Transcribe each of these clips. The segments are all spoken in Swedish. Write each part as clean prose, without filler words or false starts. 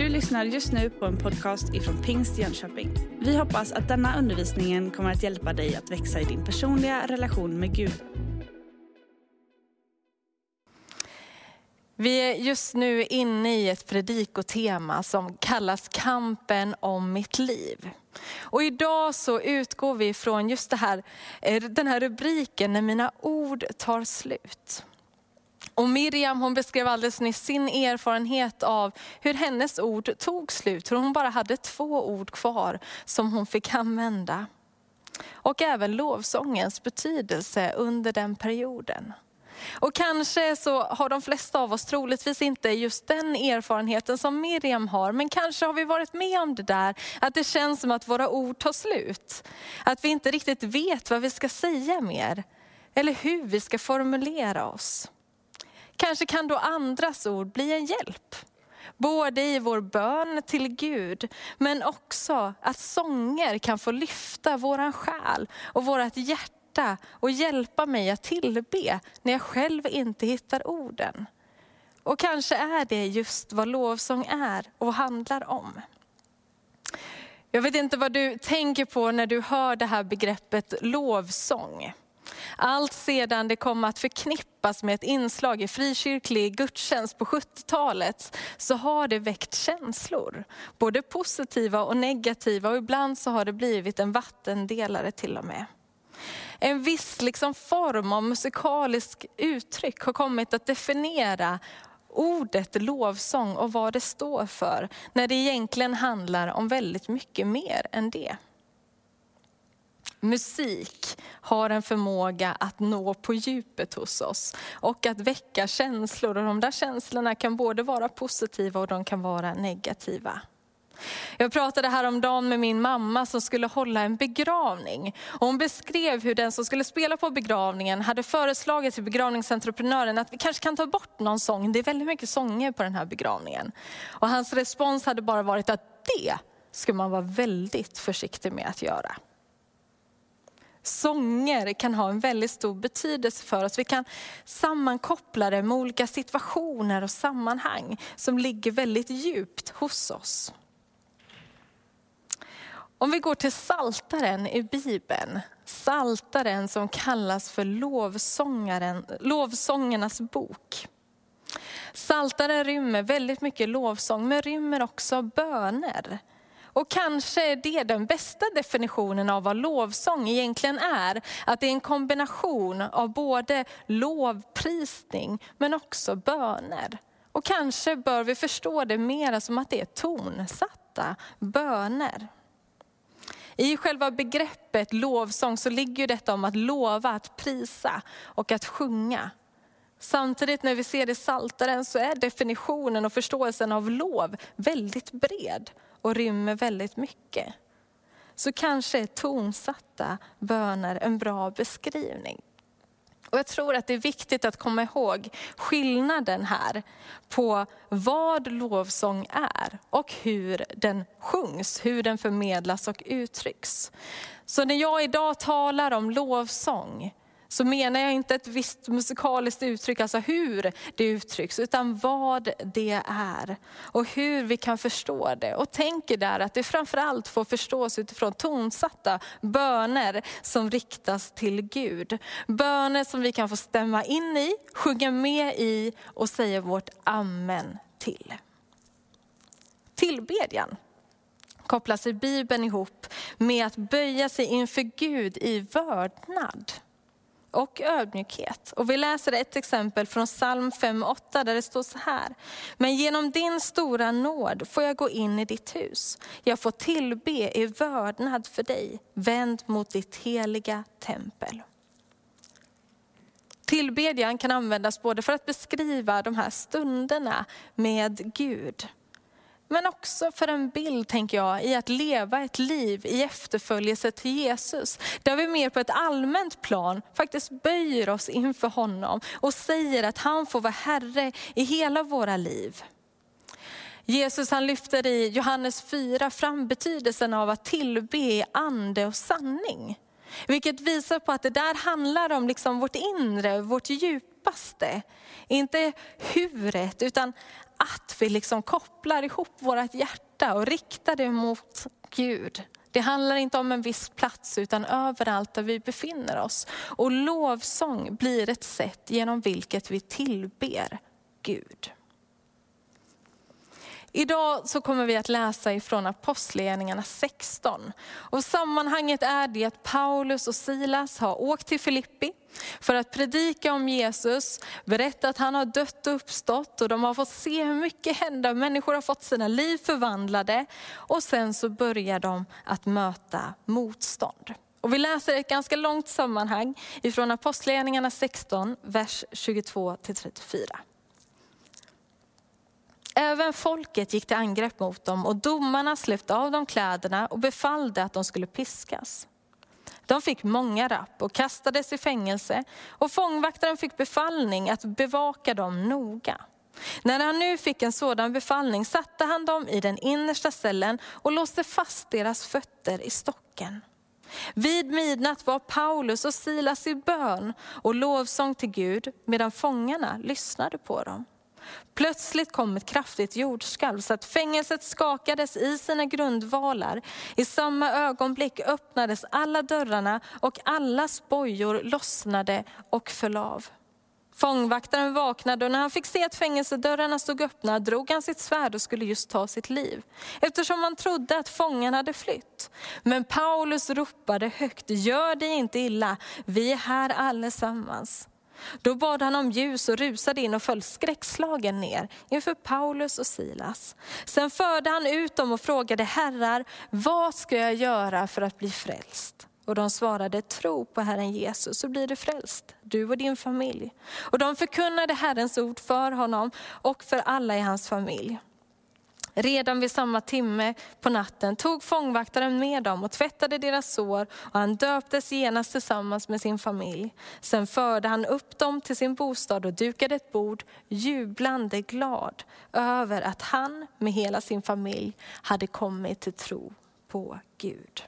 Du lyssnar just nu på en podcast ifrån Pingst Jönköping. Vi hoppas att denna undervisning kommer att hjälpa dig att växa i din personliga relation med Gud. Vi är just nu inne i ett predikotema som kallas kampen om mitt liv. Och idag så utgår vi från just den här rubriken, när mina ord tar slut. Och Miriam, hon beskrev alldeles nyss sin erfarenhet av hur hennes ord tog slut. Hur hon bara hade 2 ord kvar som hon fick använda. Och även lovsångens betydelse under den perioden. Och kanske så har de flesta av oss troligtvis inte just den erfarenheten som Miriam har. Men kanske har vi varit med om det där, att det känns som att våra ord tar slut. Att vi inte riktigt vet vad vi ska säga mer. Eller hur vi ska formulera oss. Kanske kan då andras ord bli en hjälp. Både i vår bön till Gud, men också att sånger kan få lyfta våran själ och vårat hjärta och hjälpa mig att tillbe när jag själv inte hittar orden. Och kanske är det just vad lovsång är och handlar om. Jag vet inte vad du tänker på när du hör det här begreppet lovsång. Allt sedan det kom att förknippas med ett inslag i frikyrklig gudstjänst på 70-talet så har det väckt känslor. Både positiva och negativa, och ibland så har det blivit en vattendelare till och med. En viss form av musikalisk uttryck har kommit att definiera ordet lovsång och vad det står för, när det egentligen handlar om väldigt mycket mer än det. Musik har en förmåga att nå på djupet hos oss och att väcka känslor. Och de där känslorna kan både vara positiva och de kan vara negativa. Jag pratade häromdagen med min mamma som skulle hålla en begravning. Och hon beskrev hur den som skulle spela på begravningen hade föreslagit till begravningsentreprenören att vi kanske kan ta bort någon sång. Det är väldigt mycket sånger på den här begravningen. Och hans respons hade bara varit att det ska man vara väldigt försiktig med att göra. Sånger kan ha en väldigt stor betydelse för oss. Vi kan sammankoppla det med olika situationer och sammanhang som ligger väldigt djupt hos oss. Om vi går till Psaltaren i Bibeln, Psaltaren som kallas för lovsångernas bok. Psaltaren rymmer väldigt mycket lovsång, men rymmer också böner. Och kanske är det den bästa definitionen av vad lovsång egentligen är. Att det är en kombination av både lovprisning men också böner. Och kanske bör vi förstå det mer som att det är tonsatta böner. I själva begreppet lovsång så ligger detta om att lova, att prisa och att sjunga. Samtidigt när vi ser det i Psaltaren så är definitionen och förståelsen av lov väldigt bred och rymmer väldigt mycket. Så kanske är tonsatta böner en bra beskrivning. Och jag tror att det är viktigt att komma ihåg skillnaden här på vad lovsång är och hur den sjungs, hur den förmedlas och uttrycks. Så när jag idag talar om lovsång så menar jag inte ett visst musikaliskt uttryck, alltså hur det uttrycks, utan vad det är och hur vi kan förstå det. Och tänker där att det framförallt får förstås utifrån tonsatta böner som riktas till Gud. Böner som vi kan få stämma in i, sjunga med i och säga vårt amen till. Tillbedjan kopplas i Bibeln ihop med att böja sig inför Gud i vördnad och ödmjukhet. Och vi läser ett exempel från Psalm 5:8 där det står så här: men genom din stora nåd får jag gå in i ditt hus. Jag får tillbe i vördnad för dig, vänd mot ditt heliga tempel. Tillbedjan kan användas både för att beskriva de här stunderna med Gud, men också för en bild, tänker jag, i att leva ett liv i efterföljelse till Jesus. Där vi mer på ett allmänt plan faktiskt böjer oss inför honom och säger att han får vara herre i hela våra liv. Jesus, han lyfter i Johannes 4 fram betydelsen av att tillbe i ande och sanning. Vilket visar på att det där handlar om vårt inre, vårt djupa. djupaste. Inte huret, utan att vi liksom kopplar ihop vårt hjärta och riktar det mot Gud. Det handlar inte om en viss plats utan överallt där vi befinner oss. Och lovsång blir ett sätt genom vilket vi tillber Gud. Idag så kommer vi att läsa ifrån Apostlagärningarna 16. Och sammanhanget är det att Paulus och Silas har åkt till Filippi för att predika om Jesus, berätta att han har dött och uppstått, och de har fått se hur mycket händer. Människor har fått sina liv förvandlade, och sen så börjar de att möta motstånd. Och vi läser ett ganska långt sammanhang ifrån Apostlagärningarna 16, vers 22-34. Även folket gick till angrepp mot dem, och domarna släppte av dem kläderna och befallde att de skulle piskas. De fick många rapp och kastades i fängelse, och fångvaktaren fick befallning att bevaka dem noga. När han nu fick en sådan befallning satte han dem i den innersta cellen och låste fast deras fötter i stocken. Vid midnatt var Paulus och Silas i bön och lovsång till Gud, medan fångarna lyssnade på dem. Plötsligt kom ett kraftigt jordskalv så att fängelset skakades i sina grundvalar. I samma ögonblick öppnades alla dörrarna och alla spojor lossnade och föll av. Fångvaktaren vaknade, och när han fick se att fängelsedörrarna stod öppna drog han sitt svärd och skulle just ta sitt liv, eftersom han trodde att fången hade flytt. Men Paulus ropade högt: gör dig inte illa, vi är här allesammans. Då bad han om ljus och rusade in och föll skräckslagen ner inför Paulus och Silas. Sen förde han ut dem och frågade: herrar, vad ska jag göra för att bli frälst? Och de svarade: tro på Herren Jesus så blir du frälst, du och din familj. Och de förkunnade Herrens ord för honom och för alla i hans familj. Redan vid samma timme på natten tog fångvaktaren med dem och tvättade deras sår, och han döptes genast tillsammans med sin familj. Sen förde han upp dem till sin bostad och dukade ett bord, jublande glad över att han med hela sin familj hade kommit till tro på Gud.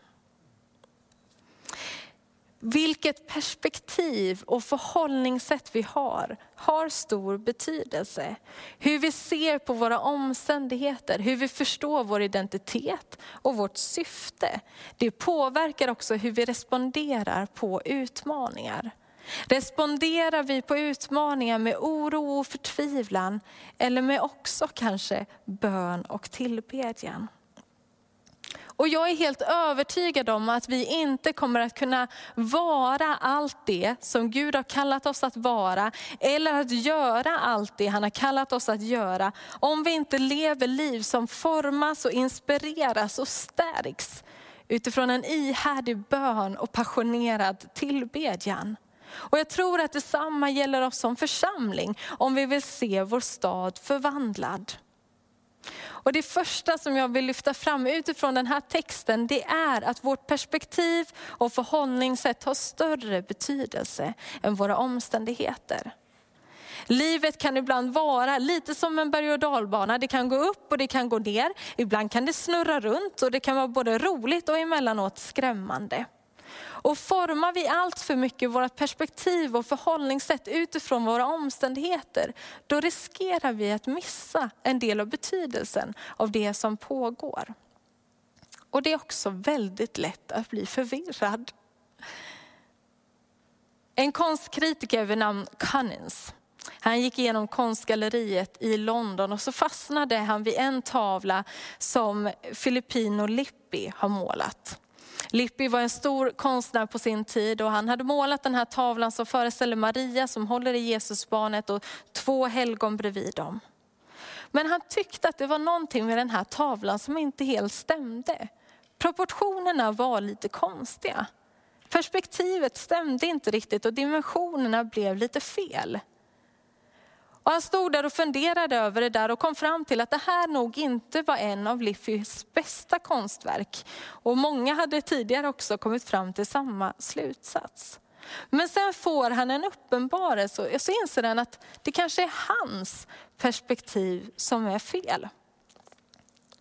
Vilket perspektiv och förhållningssätt vi har stor betydelse. Hur vi ser på våra omständigheter, hur vi förstår vår identitet och vårt syfte. Det påverkar också hur vi responderar på utmaningar. Responderar vi på utmaningar med oro och förtvivlan, eller med också kanske bön och tillbedjan? Och jag är helt övertygad om att vi inte kommer att kunna vara allt det som Gud har kallat oss att vara, eller att göra allt det han har kallat oss att göra, om vi inte lever liv som formas och inspireras och stärks utifrån en ihärdig bön och passionerad tillbedjan. Och jag tror att detsamma gäller oss som församling om vi vill se vår stad förvandlad. Och det första som jag vill lyfta fram utifrån den här texten, det är att vårt perspektiv och förhållningssätt har större betydelse än våra omständigheter. Livet kan ibland vara lite som en berg- och dalbana. Det kan gå upp och det kan gå ner. Ibland kan det snurra runt och det kan vara både roligt och emellanåt skrämmande. Och formar vi allt för mycket vårt perspektiv och förhållningssätt utifrån våra omständigheter, då riskerar vi att missa en del av betydelsen av det som pågår. Och det är också väldigt lätt att bli förvirrad. En konstkritiker vid namn Cunnins, han gick igenom konstgalleriet i London och så fastnade han vid en tavla som Filippino Lippi har målat. Lippi var en stor konstnär på sin tid, och han hade målat den här tavlan som föreställer Maria som håller i Jesusbarnet och 2 helgon bredvid dem. Men han tyckte att det var någonting med den här tavlan som inte helt stämde. Proportionerna var lite konstiga. Perspektivet stämde inte riktigt och dimensionerna blev lite fel. Och han stod där och funderade över det där och kom fram till att det här nog inte var en av Lippis bästa konstverk. Och många hade tidigare också kommit fram till samma slutsats. Men sen får han en uppenbarelse och så inser han att det kanske är hans perspektiv som är fel.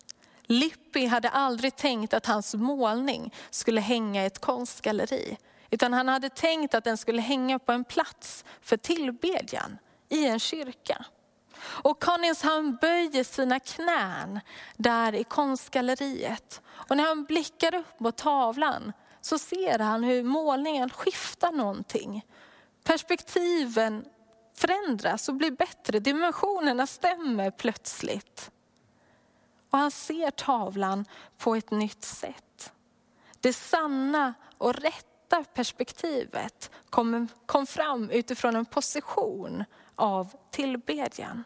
Lippi hade aldrig tänkt att hans målning skulle hänga i ett konstgalleri. Utan han hade tänkt att den skulle hänga på en plats för tillbedjan i en kyrka. Och Collins, han böjer sina knän där i konstgalleriet. Och när han blickar upp mot tavlan så ser han hur målningen skiftar någonting. Perspektiven förändras och blir bättre. Dimensionerna stämmer plötsligt. Och han ser tavlan på ett nytt sätt. Det sanna och rätta perspektivet kom fram utifrån en position av tillbedjan.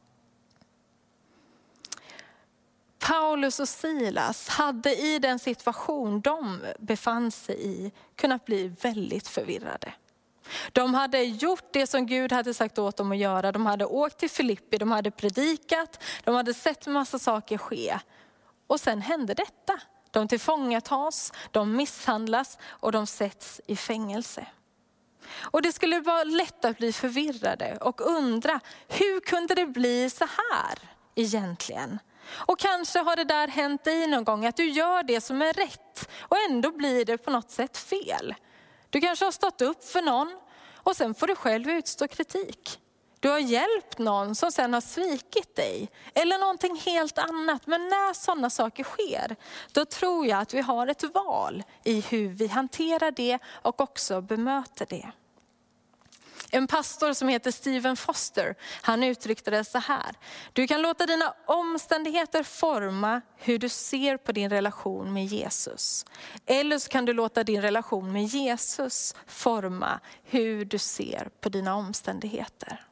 Paulus och Silas hade i den situation de befann sig i kunnat bli väldigt förvirrade. De hade gjort det som Gud hade sagt åt dem att göra. De hade åkt till Filippi, de hade predikat, de hade sett massa saker ske. Och sen hände detta. De tillfångatas, de misshandlas och de sätts i fängelse. Och det skulle vara lätt att bli förvirrade och undra, hur kunde det bli så här egentligen? Och kanske har det där hänt dig någon gång att du gör det som är rätt och ändå blir det på något sätt fel. Du kanske har stått upp för någon och sen får du själv utstå kritik. Du har hjälpt någon som sen har svikit dig eller någonting helt annat. Men när sådana saker sker, då tror jag att vi har ett val i hur vi hanterar det och också bemöter det. En pastor som heter Stephen Foster, han uttryckte det så här: du kan låta dina omständigheter forma hur du ser på din relation med Jesus. Eller så kan du låta din relation med Jesus forma hur du ser på dina omständigheter.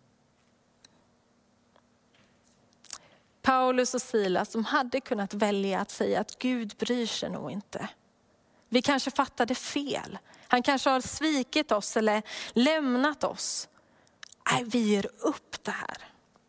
Paulus och Silas, de hade kunnat välja att säga att Gud bryr sig nog inte. Vi kanske fattade fel. Han kanske har svikit oss eller lämnat oss. Nej, vi ger upp det här.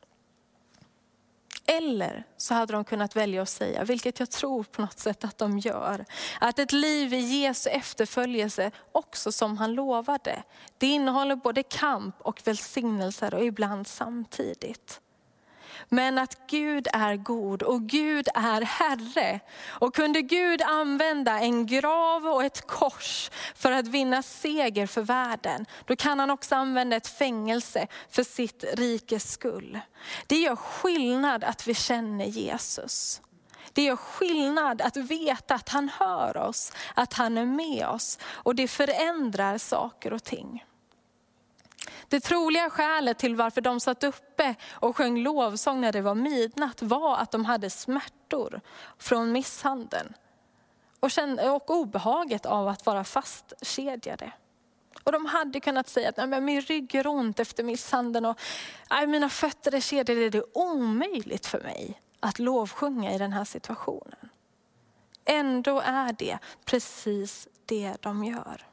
Eller så hade de kunnat välja att säga, vilket jag tror på något sätt att de gör, att ett liv i Jesu efterföljelse, också som han lovade, det innehåller både kamp och välsignelser och ibland samtidigt. Men att Gud är god och Gud är Herre. Och kunde Gud använda en grav och ett kors för att vinna seger för världen, då kan han också använda ett fängelse för sitt rikes skull. Det gör skillnad att vi känner Jesus. Det gör skillnad att veta att han hör oss, att han är med oss. Och det förändrar saker och ting. Det troliga skälet till varför de satt uppe och sjöng lovsång när det var midnatt var att de hade smärtor från misshandeln och obehaget av att vara fastkedjade. Och de hade kunnat säga att min rygg gör ont efter misshandeln och mina fötter är kedjade. Det är omöjligt för mig att lovsjunga i den här situationen. Ändå är det precis det de gör.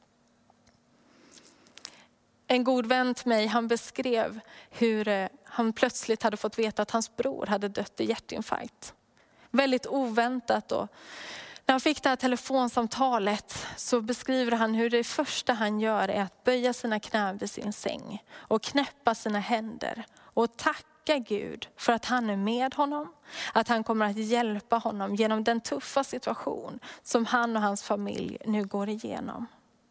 En god vän till mig, han beskrev hur han plötsligt hade fått veta att hans bror hade dött i hjärtinfarkt. Väldigt oväntat. Och när han fick det här telefonsamtalet så beskriver han hur det första han gör är att böja sina knän vid sin säng och knäppa sina händer och tacka Gud för att han är med honom. Att han kommer att hjälpa honom genom den tuffa situation som han och hans familj nu går igenom.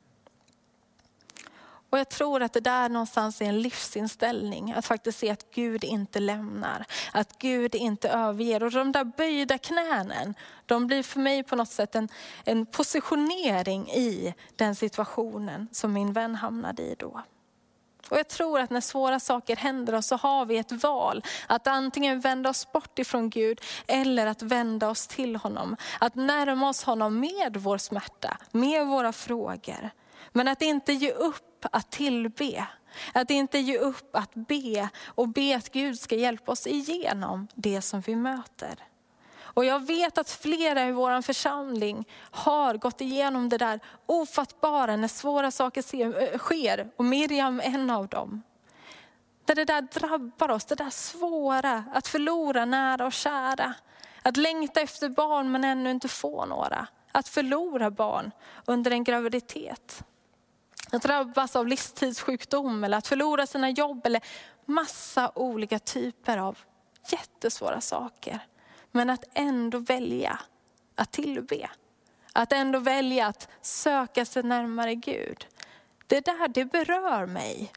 Och jag tror att det där någonstans är en livsinställning. Att faktiskt se att Gud inte lämnar. Att Gud inte överger. Och de där böjda knänen, de blir för mig på något sätt en positionering i den situationen som min vän hamnade i då. Och jag tror att när svåra saker händer oss så har vi ett val. Att antingen vända oss bort ifrån Gud eller att vända oss till honom. Att närma oss honom med vår smärta, med våra frågor. Men att inte ge upp att tillbe. Att inte ge upp att be och be att Gud ska hjälpa oss igenom det som vi möter. Och jag vet att flera i vår församling har gått igenom det där ofattbara när svåra saker sker. Och Miriam en av dem. Där det där drabbar oss, det där svåra att förlora nära och kära. Att längta efter barn men ännu inte få några. Att förlora barn under en graviditet. Att drabbas av livstidssjukdom eller att förlora sina jobb eller massa olika typer av jättesvåra saker. Men att ändå välja att tillbe. Att ändå välja att söka sig närmare Gud. Det berör mig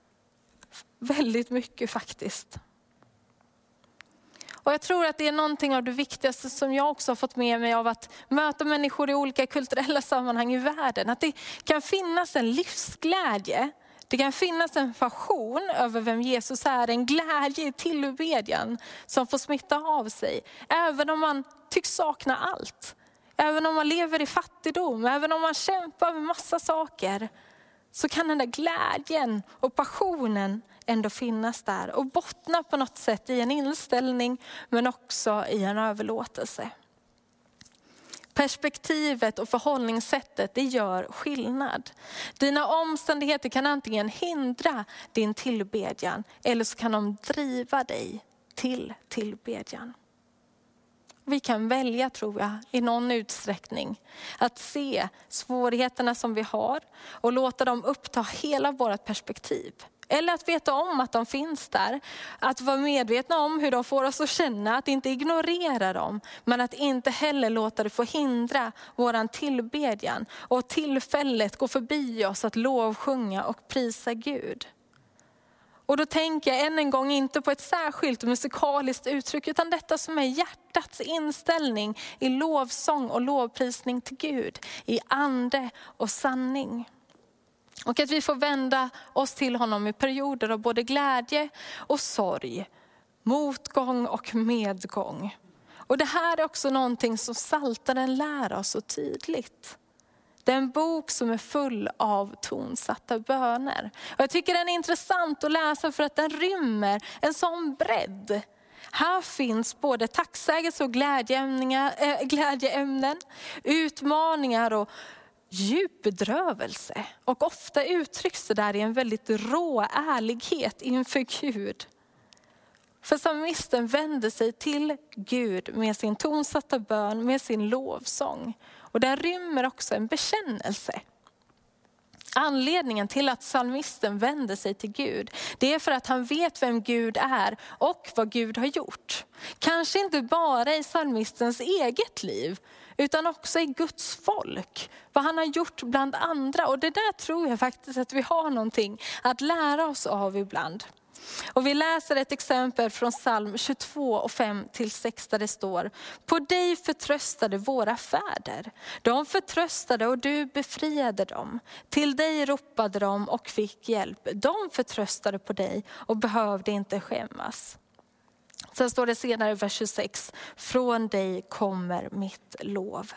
väldigt mycket faktiskt. Och jag tror att det är någonting av det viktigaste som jag också har fått med mig av att möta människor i olika kulturella sammanhang i världen. Att det kan finnas en livsglädje. Det kan finnas en passion över vem Jesus är. En glädje i tillbedjan som får smitta av sig. Även om man tycks sakna allt. Även om man lever i fattigdom. Även om man kämpar med massa saker. Så kan den där glädjen och passionen ändå finnas där. Och bottna på något sätt i en inställning men också i en överlåtelse. Perspektivet och förhållningssättet, det gör skillnad. Dina omständigheter kan antingen hindra din tillbedjan eller så kan de driva dig till tillbedjan. Vi kan välja, tror jag, i någon utsträckning att se svårigheterna som vi har och låta dem uppta hela vårt perspektiv. Eller att veta om att de finns där. Att vara medvetna om hur de får oss att känna. Att inte ignorera dem. Men att inte heller låta det få hindra våran tillbedjan. Och tillfället gå förbi oss att lovsjunga och prisa Gud. Och då tänker jag än en gång inte på ett särskilt musikaliskt uttryck. Utan detta som är hjärtats inställning i lovsång och lovprisning till Gud. I ande och sanning. Och att vi får vända oss till honom i perioder av både glädje och sorg. Motgång och medgång. Och det här är också någonting som Psaltaren lär oss så tydligt. Det är en bok som är full av tonsatta böner. Och jag tycker den är intressant att läsa för att den rymmer en sån bredd. Här finns både tacksägelse och glädjeämnen, utmaningar och djup bedrövelse. Och ofta uttrycks det där i en väldigt rå ärlighet inför Gud. För psalmisten vänder sig till Gud med sin tonsatta bön, med sin lovsång. Och där rymmer också en bekännelse. Anledningen till att psalmisten vänder sig till Gud, det är för att han vet vem Gud är och vad Gud har gjort. Kanske inte bara i psalmistens eget liv, utan också i Guds folk. Vad han har gjort bland andra. Och det där tror jag faktiskt att vi har någonting att lära oss av ibland. Och vi läser ett exempel från psalm 22 och 5-6 där det står: På dig förtröstade våra fäder. De förtröstade och du befriade dem. Till dig ropade de och fick hjälp. De förtröstade på dig och behövde inte skämmas. Sen står det senare i vers 26: Från dig kommer mitt lov.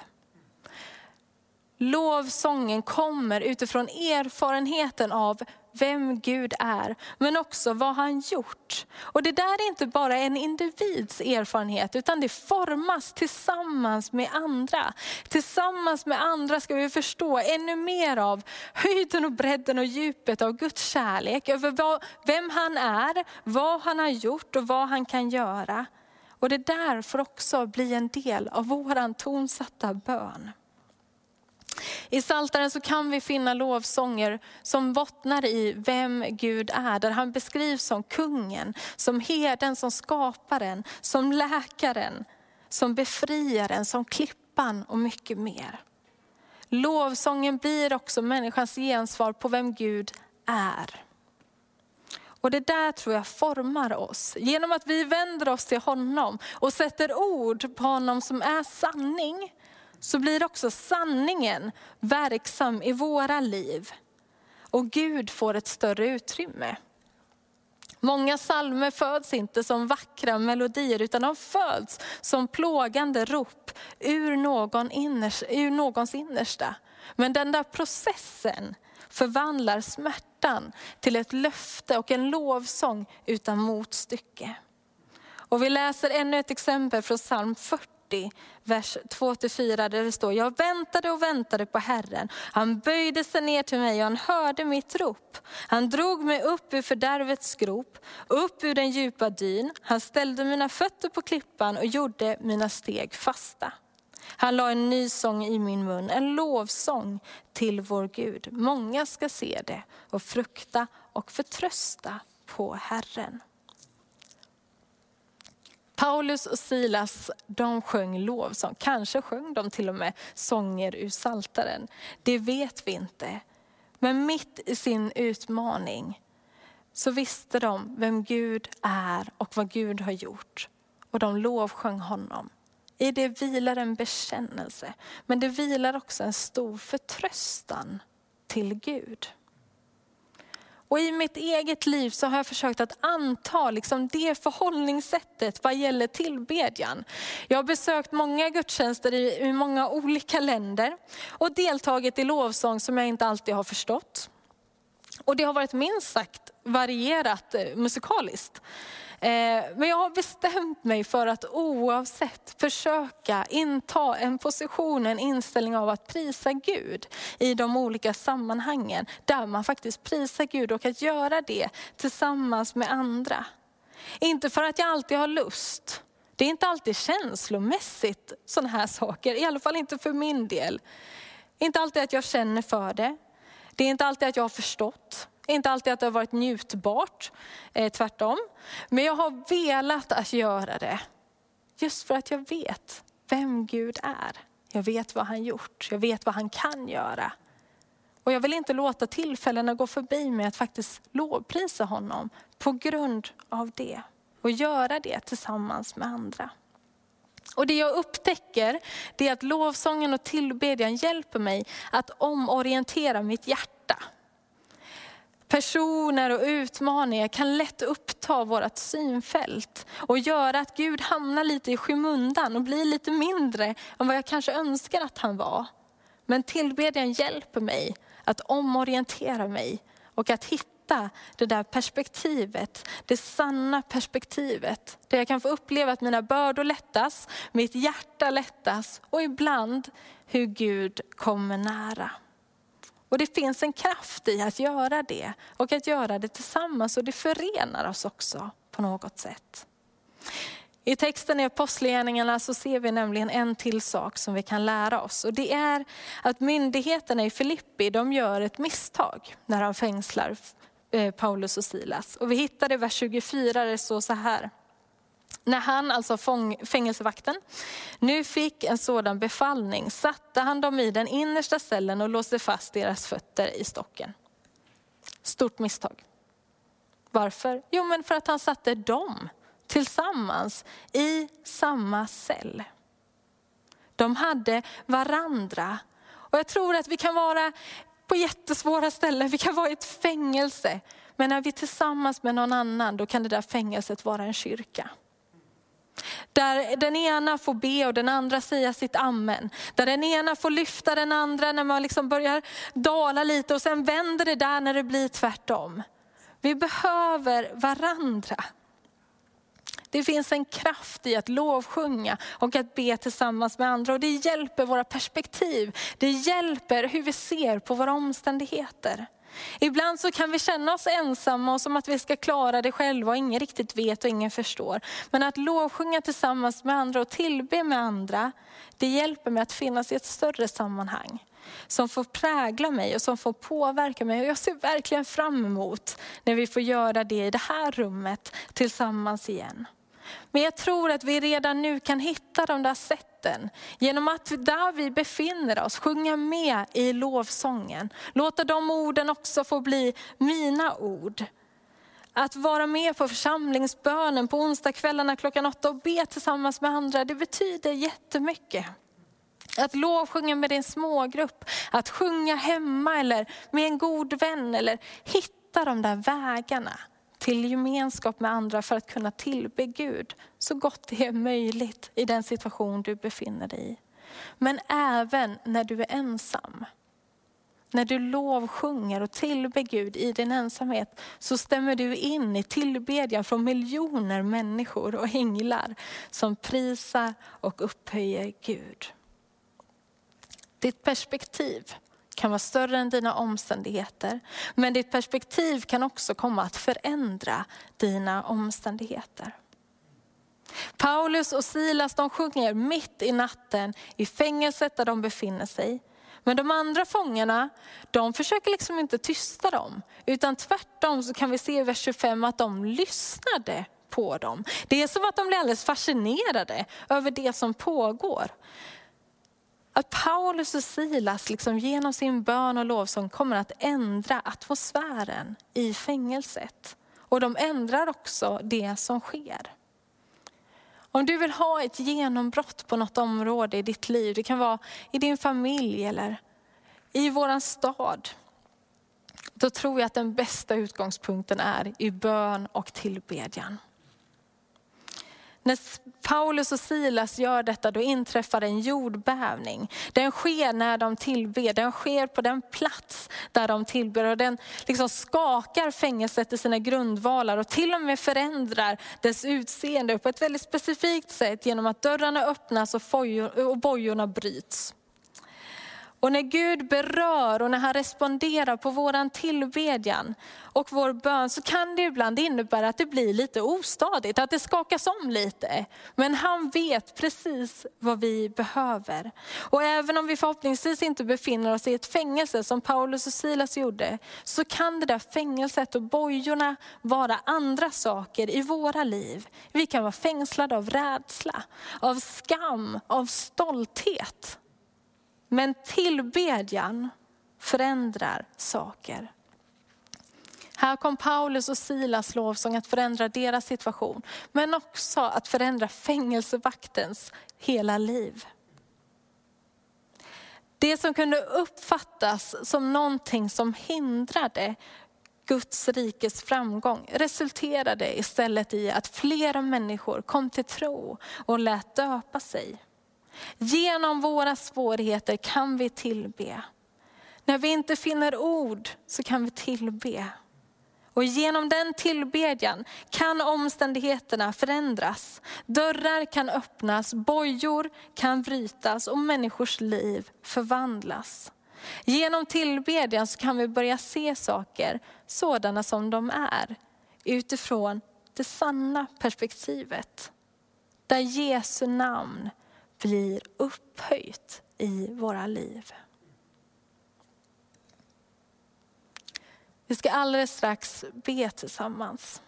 Lovsången kommer utifrån erfarenheten av vem Gud är, men också vad han gjort. Och det där är inte bara en individs erfarenhet, utan det formas tillsammans med andra. Tillsammans med andra ska vi förstå ännu mer av höjden och bredden och djupet av Guds kärlek. Över vem han är, vad han har gjort och vad han kan göra. Och det där får också bli en del av våran tonsatta bön. I Psaltaren så kan vi finna lovsånger som bottnar i vem Gud är. Där han beskrivs som kungen, som herden, som skaparen, som läkaren, som befriaren, som klippan och mycket mer. Lovsången blir också människans gensvar på vem Gud är. Och det där tror jag formar oss. Genom att vi vänder oss till honom och sätter ord på honom som är sanning, så blir också sanningen verksam i våra liv. Och Gud får ett större utrymme. Många psalmer föds inte som vackra melodier, utan de föds som plågande rop ur någons innersta. Men den där processen förvandlar smärtan till ett löfte och en lovsång utan motstycke. Och vi läser ännu ett exempel från psalm 40. Vers 2-4 där det står: Jag väntade och väntade på Herren. Han böjde sig ner till mig och han hörde mitt rop. Han drog mig upp ur fördärvets grop, upp ur den djupa dyn. Han ställde mina fötter på klippan och gjorde mina steg fasta. Han la en ny sång i min mun, en lovsång till vår Gud. Många ska se det och frukta och förtrösta på Herren. Paulus och Silas, de sjöng lovsång. Kanske sjöng de till och med sånger ur Psaltaren. Det vet vi inte. Men mitt i sin utmaning så visste de vem Gud är och vad Gud har gjort. Och de lovsjöng honom. I det vilar en bekännelse. Men det vilar också en stor förtröstan till Gud. Och i mitt eget liv så har jag försökt att anta det förhållningssättet vad gäller tillbedjan. Jag har besökt många gudstjänster i många olika länder och deltagit i lovsång som jag inte alltid har förstått. Och det har varit minst sagt varierat musikaliskt. Men jag har bestämt mig för att oavsett försöka inta en position, en inställning av att prisa Gud i de olika sammanhangen där man faktiskt prisar Gud och att göra det tillsammans med andra. Inte för att jag alltid har lust. Det är inte alltid känslomässigt sådana här saker, i alla fall inte för min del. Inte alltid att jag känner för det. Det är inte alltid att jag har förstått. Inte alltid att det har varit njutbart, tvärtom. Men jag har velat att göra det. Just för att jag vet vem Gud är. Jag vet vad han gjort. Jag vet vad han kan göra. Och jag vill inte låta tillfällena gå förbi mig att faktiskt lovprisa honom på grund av det. Och göra det tillsammans med andra. Och det jag upptäcker, det är att lovsången och tillbedjan hjälper mig att omorientera mitt hjärta. Personer och utmaningar kan lätt uppta vårt synfält och göra att Gud hamnar lite i skymundan och blir lite mindre än vad jag kanske önskar att han var. Men tillbedjan hjälper mig att omorientera mig och att hitta det där perspektivet, det sanna perspektivet. Där jag kan få uppleva att mina bördor lättas, mitt hjärta lättas och ibland hur Gud kommer nära. Och det finns en kraft i att göra det och att göra det tillsammans, och det förenar oss också på något sätt. I texten i Apostlagärningarna så ser vi nämligen en till sak som vi kan lära oss. Och det är att myndigheterna i Filippi, de gör ett misstag när de fängslar Paulus och Silas. Och vi hittar i vers 24, det står så här. När han, alltså fängelsevakten, nu fick en sådan befallning satte han dem i den innersta cellen och låste fast deras fötter i stocken. Stort misstag. Varför? Jo, men för att han satte dem tillsammans i samma cell. De hade varandra. Och jag tror att vi kan vara på jättesvåra ställen. Vi kan vara i ett fängelse. Men när vi är tillsammans med någon annan, då kan det där fängelset vara en kyrka. Där den ena får be och den andra säga sitt amen. Där den ena får lyfta den andra när man börjar dala lite. Och sen vänder det där när det blir tvärtom. Vi behöver varandra. Det finns en kraft i att lovsjunga och att be tillsammans med andra. Och det hjälper våra perspektiv. Det hjälper hur vi ser på våra omständigheter. Ibland så kan vi känna oss ensamma och som att vi ska klara det själva och ingen riktigt vet och ingen förstår. Men att lovsjunga tillsammans med andra och tillbe med andra, det hjälper mig att finnas i ett större sammanhang. Som får prägla mig och som får påverka mig. Och jag ser verkligen fram emot när vi får göra det i det här rummet tillsammans igen. Men jag tror att vi redan nu kan hitta de där sätten. Genom att där vi befinner oss sjunga med i lovsången. Låta de orden också få bli mina ord. Att vara med på församlingsbönen på onsdagskvällarna klockan 8 och be tillsammans med andra. Det betyder jättemycket. Att lovsjunga med din smågrupp. Att sjunga hemma eller med en god vän. Eller hitta de där vägarna till gemenskap med andra för att kunna tillbe Gud så gott det är möjligt i den situation du befinner dig i. Men även när du är ensam. När du lovsjunger och tillber Gud i din ensamhet så stämmer du in i tillbedjan från miljoner människor och änglar som prisar och upphöjer Gud. Ditt perspektiv kan vara större än dina omständigheter. Men ditt perspektiv kan också komma att förändra dina omständigheter. Paulus och Silas, de sjunger mitt i natten i fängelset där de befinner sig. Men de andra fångarna, de försöker inte tysta dem. Utan tvärtom så kan vi se i vers 25 att de lyssnade på dem. Det är som att de blir alldeles fascinerade över det som pågår. Att Paulus och Silas liksom genom sin bön och lovsång kommer att ändra atmosfären i fängelset. Och de ändrar också det som sker. Om du vill ha ett genombrott på något område i ditt liv, det kan vara i din familj eller i våran stad, då tror jag att den bästa utgångspunkten är i bön och tillbedjan. När Paulus och Silas gör detta, då inträffar en jordbävning. Den sker när de tillber, den sker på den plats där de tillber. Och den liksom skakar fängelset i sina grundvalar och till och med förändrar dess utseende på ett väldigt specifikt sätt genom att dörrarna öppnas och bojorna bryts. Och när Gud berör och när han responderar på våran tillbedjan och vår bön, så kan det ibland innebära att det blir lite ostadigt, att det skakas om lite. Men han vet precis vad vi behöver. Och även om vi förhoppningsvis inte befinner oss i ett fängelse som Paulus och Silas gjorde, så kan det där fängelset och bojorna vara andra saker i våra liv. Vi kan vara fängslade av rädsla, av skam, av stolthet. Men tillbedjan förändrar saker. Här kom Paulus och Silas lovsång att förändra deras situation. Men också att förändra fängelsevaktens hela liv. Det som kunde uppfattas som någonting som hindrade Guds rikes framgång resulterade istället i att flera människor kom till tro och lät döpa sig. Genom våra svårigheter kan vi tillbe. När vi inte finner ord så kan vi tillbe. Och genom den tillbedjan kan omständigheterna förändras. Dörrar kan öppnas, bojor kan brytas och människors liv förvandlas. Genom tillbedjan så kan vi börja se saker sådana som de är. Utifrån det sanna perspektivet. Där Jesu namn blir upphöjt i våra liv. Vi ska alldeles strax be tillsammans.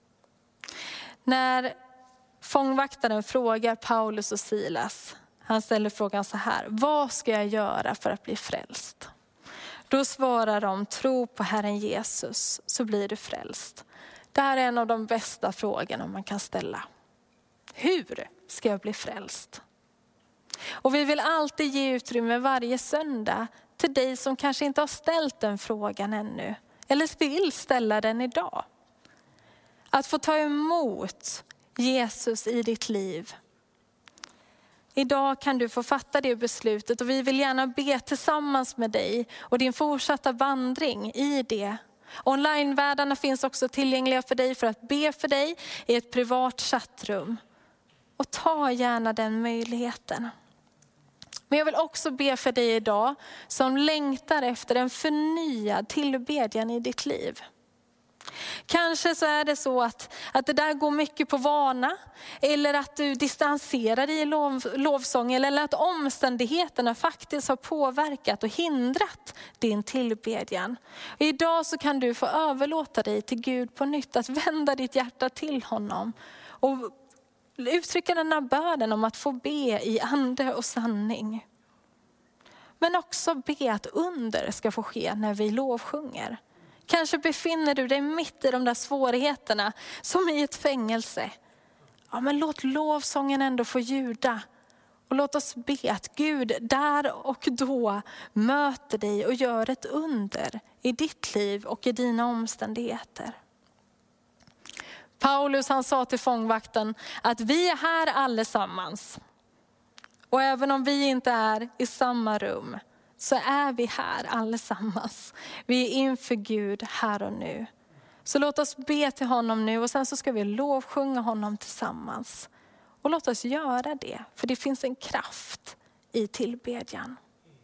När fångvaktaren frågar Paulus och Silas, han ställer frågan så här: vad ska jag göra för att bli frälst? Då svarar de: tro på Herren Jesus så blir du frälst. Det här är en av de bästa frågorna man kan ställa. Hur ska jag bli frälst? Och vi vill alltid ge utrymme varje söndag till dig som kanske inte har ställt den frågan ännu. Eller vill ställa den idag. Att få ta emot Jesus i ditt liv. Idag kan du få fatta det beslutet och vi vill gärna be tillsammans med dig och din fortsatta vandring i det. Onlinevärldarna finns också tillgängliga för dig för att be för dig i ett privat chattrum. Och ta gärna den möjligheten. Men jag vill också be för dig idag som längtar efter en förnyad tillbedjan i ditt liv. Kanske så är det så att det där går mycket på vana. Eller att du distanserar dig i lovsång. Eller att omständigheterna faktiskt har påverkat och hindrat din tillbedjan. Och idag så kan du få överlåta dig till Gud på nytt. Att vända ditt hjärta till honom. Och uttrycka den här bönen om att få be i ande och sanning. Men också be att under ska få ske när vi lovsjunger. Kanske befinner du dig mitt i de där svårigheterna som i ett fängelse. Ja, men låt lovsången ändå få ljuda. Och låt oss be att Gud där och då möter dig och gör ett under i ditt liv och i dina omständigheter. Paulus han sa till fångvakten att vi är här allesammans. Och även om vi inte är i samma rum så är vi här allesammans. Vi är inför Gud här och nu. Så låt oss be till honom nu och sen så ska vi lovsjunga honom tillsammans. Och låt oss göra det, för det finns en kraft i tillbedjan.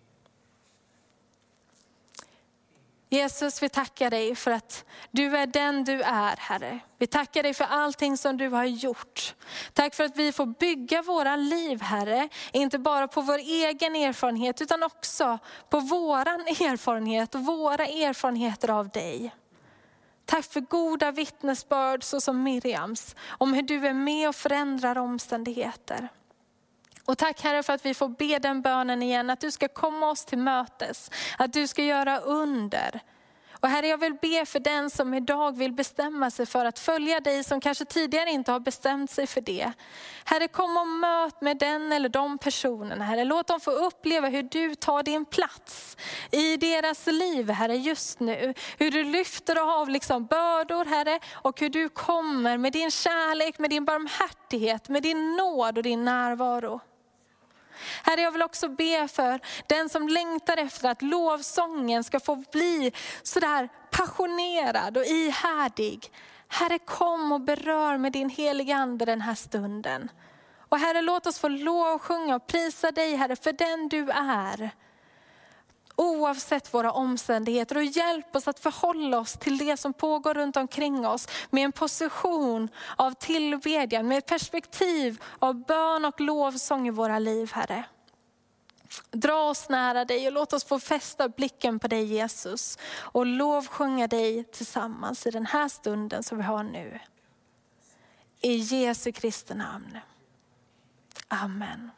Jesus, vi tackar dig för att du är den du är, Herre. Vi tackar dig för allting som du har gjort. Tack för att vi får bygga våra liv, Herre. Inte bara på vår egen erfarenhet utan också på våran erfarenhet och våra erfarenheter av dig. Tack för goda vittnesbörd såsom Miriams. Om hur du är med och förändrar omständigheter. Och tack Herre för att vi får be den bönen igen. Att du ska komma oss till mötes. Att du ska göra under. Och Herre, jag vill be för den som idag vill bestämma sig för att följa dig, som kanske tidigare inte har bestämt sig för det. Herre, kom och möt med den eller de personerna. Herre, låt dem få uppleva hur du tar din plats i deras liv, Herre, just nu. Hur du lyfter av bördor, Herre, och hur du kommer med din kärlek, med din barmhärtighet, med din nåd och din närvaro. Herre, jag vill också be för den som längtar efter att lovsången ska få bli sådär passionerad och ihärdig. Herre, kom och berör med din heliga ande den här stunden. Och Herre, låt oss få lovsjunga och prisa dig, Herre, för den du är. Oavsett våra omständigheter, och hjälp oss att förhålla oss till det som pågår runt omkring oss med en position av tillbedjan, med ett perspektiv av bön och lovsång i våra liv, Herre. Dra oss nära dig och låt oss få fästa blicken på dig, Jesus, och lovsjunga dig tillsammans i den här stunden som vi har nu. I Jesu Kristi namn. Amen.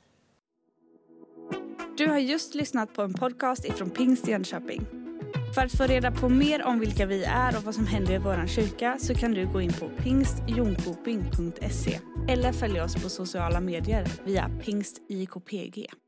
Du har just lyssnat på en podcast ifrån Pingst Jönköping. För att få reda på mer om vilka vi är och vad som händer i vår kyrka så kan du gå in på pingstjonkoping.se eller följa oss på sociala medier via pingstjkpg.